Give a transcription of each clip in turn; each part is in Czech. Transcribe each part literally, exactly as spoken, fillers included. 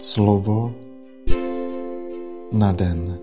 Slovo na den.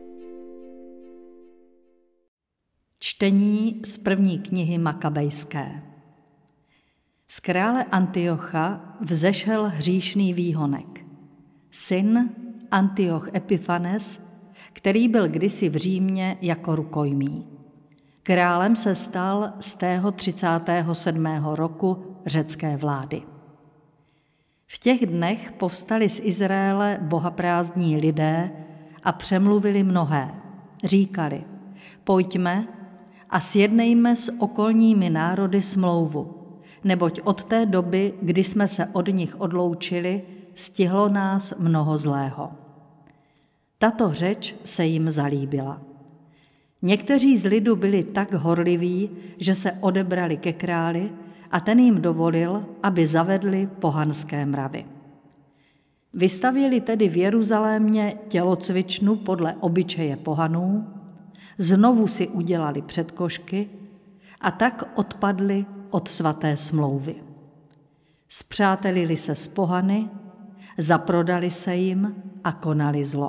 Čtení z první knihy Makabejské. Z krále Antiocha vzešel hříšný výhonek, syn Antioch Epifanes, který byl kdysi v Římě jako rukojmí. Králem se stal z tého třicátého sedmého roku řecké vlády. V těch dnech povstali z Izraele bohaprázdní lidé a přemluvili mnohé. Říkali, pojďme a sjednejme s okolními národy smlouvu, neboť od té doby, kdy jsme se od nich odloučili, stihlo nás mnoho zlého. Tato řeč se jim zalíbila. Někteří z lidu byli tak horliví, že se odebrali ke králi a ten jim dovolil, aby zavedli pohanské mravy. Vystavěli tedy v Jeruzalémě tělocvičnu podle obyčeje pohanů, znovu si udělali předkošky a tak odpadli od svaté smlouvy. Spřátelili se s pohany, zaprodali se jim a konali zlo.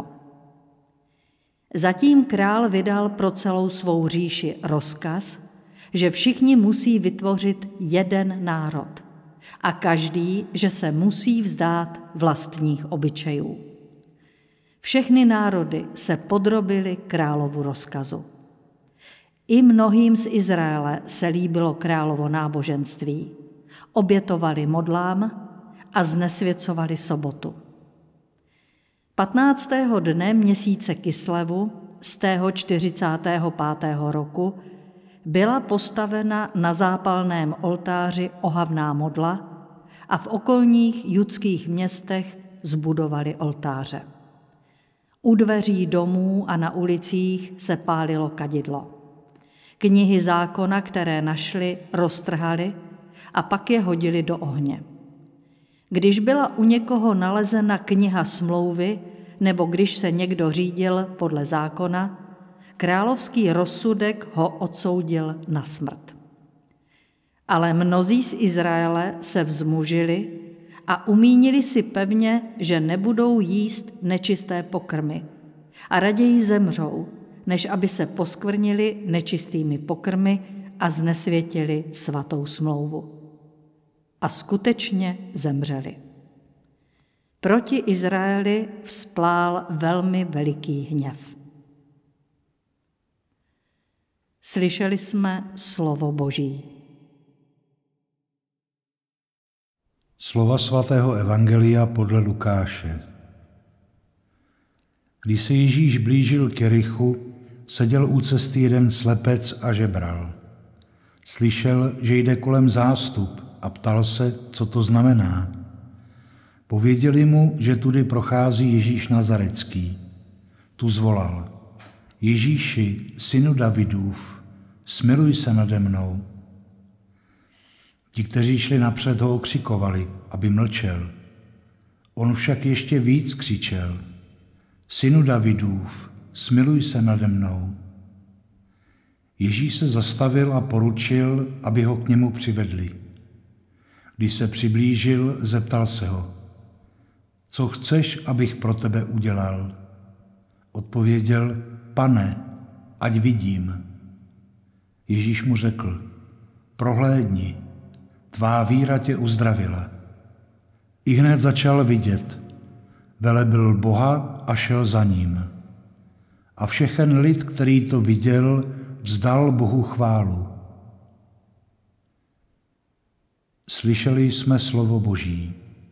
Zatím král vydal pro celou svou říši rozkaz, že všichni musí vytvořit jeden národ a každý, že se musí vzdát vlastních obyčejů. Všechny národy se podrobily královu rozkazu. I mnohým z Izraele se líbilo královo náboženství. Obětovali modlám a znesvěcovali sobotu. patnáctého dne měsíce Kislevu z tého čtyřicátého pátého roku byla postavena na zápalném oltáři ohavná modla a v okolních judských městech zbudovali oltáře. U dveří domů a na ulicích se pálilo kadidlo. Knihy zákona, které našli, roztrhali a pak je hodili do ohně. Když byla u někoho nalezena kniha smlouvy, nebo když se někdo řídil podle zákona, královský rozsudek ho odsoudil na smrt. Ale mnozí z Izraele se vzmužili a umínili si pevně, že nebudou jíst nečisté pokrmy a raději zemřou, než aby se poskvrnili nečistými pokrmy a znesvětili svatou smlouvu. A skutečně zemřeli. Proti Izraeli vzplál velmi veliký hněv. Slyšeli jsme slovo Boží. Slova svatého evangelia podle Lukáše. Když se Ježíš blížil k Jerichu, seděl u cesty jeden slepec a žebral. Slyšel, že jde kolem zástup a ptal se, co to znamená. Pověděli mu, že tudy prochází Ježíš Nazarecký. Tu zvolal: Ježíši, synu Davidův, smiluj se nade mnou. Ti, kteří šli napřed, ho okřikovali, aby mlčel. On však ještě víc křičel: Synu Davidův, smiluj se nade mnou. Ježíš se zastavil a poručil, aby ho k němu přivedli. Když se přiblížil, zeptal se ho: Co chceš, abych pro tebe udělal? Odpověděl: Pane, ať vidím. Ježíš mu řekl: Prohlédni, tvá víra tě uzdravila. Ihned začal vidět, velebil Boha a šel za ním. A všechen lid, který to viděl, vzdal Bohu chválu. Slyšeli jsme slovo Boží.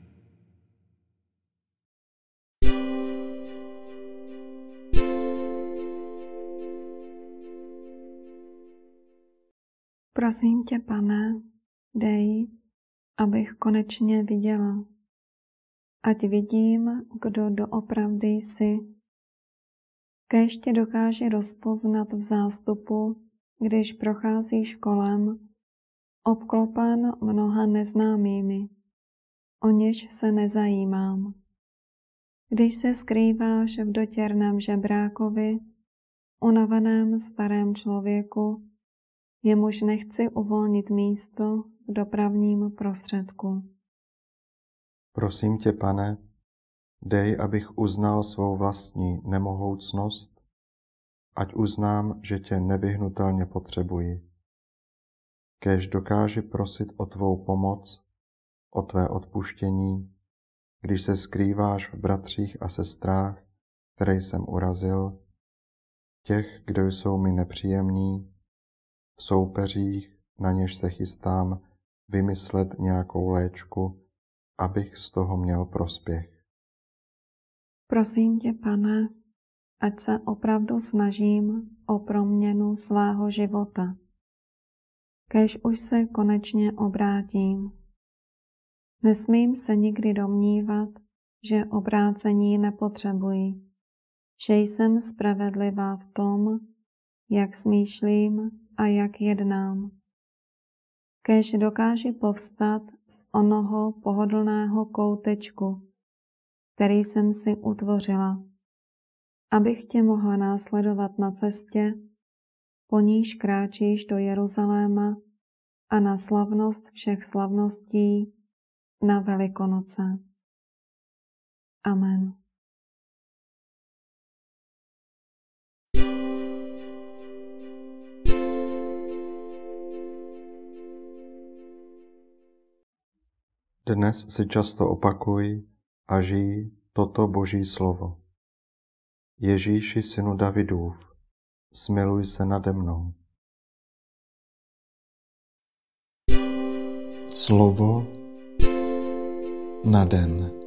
Prosím tě, Pane, dej, abych konečně viděla. Ať vidím, kdo doopravdy jsi. Kéž tě dokáže rozpoznat v zástupu, když procházíš kolem, obklopen mnoha neznámými, o něž se nezajímám. Když se skrýváš v dotěrném žebrákovi, unaveném starém člověku, jemuž nechci uvolnit místo v dopravním prostředku. Prosím tě, Pane, Dej, abych uznal svou vlastní nemohoucnost, ať uznám, že tě nevyhnutelně potřebuji. Kéž dokáži prosit o tvou pomoc, o tvé odpuštění, když se skrýváš v bratřích a sestrách, které jsem urazil, těch, kdo jsou mi nepříjemní, v soupeřích, na něž se chystám vymyslet nějakou léčku, abych z toho měl prospěch. Prosím tě, Pane, ať se opravdu snažím o proměnu svého života, kéž už se konečně obrátím. Nesmím se nikdy domnívat, že obrácení nepotřebuji, že jsem spravedlivá v tom, jak smýšlím a jak jednám. Kéž dokáži povstat z onoho pohodlného koutečku, který jsem si utvořila, abych tě mohla následovat na cestě, po níž kráčíš do Jeruzaléma a na slavnost všech slavností na Velikonoce. Amen. Dnes si často opakuj a žij toto Boží slovo. Ježíši, synu Davidův, smiluj se nade mnou. Slovo na den.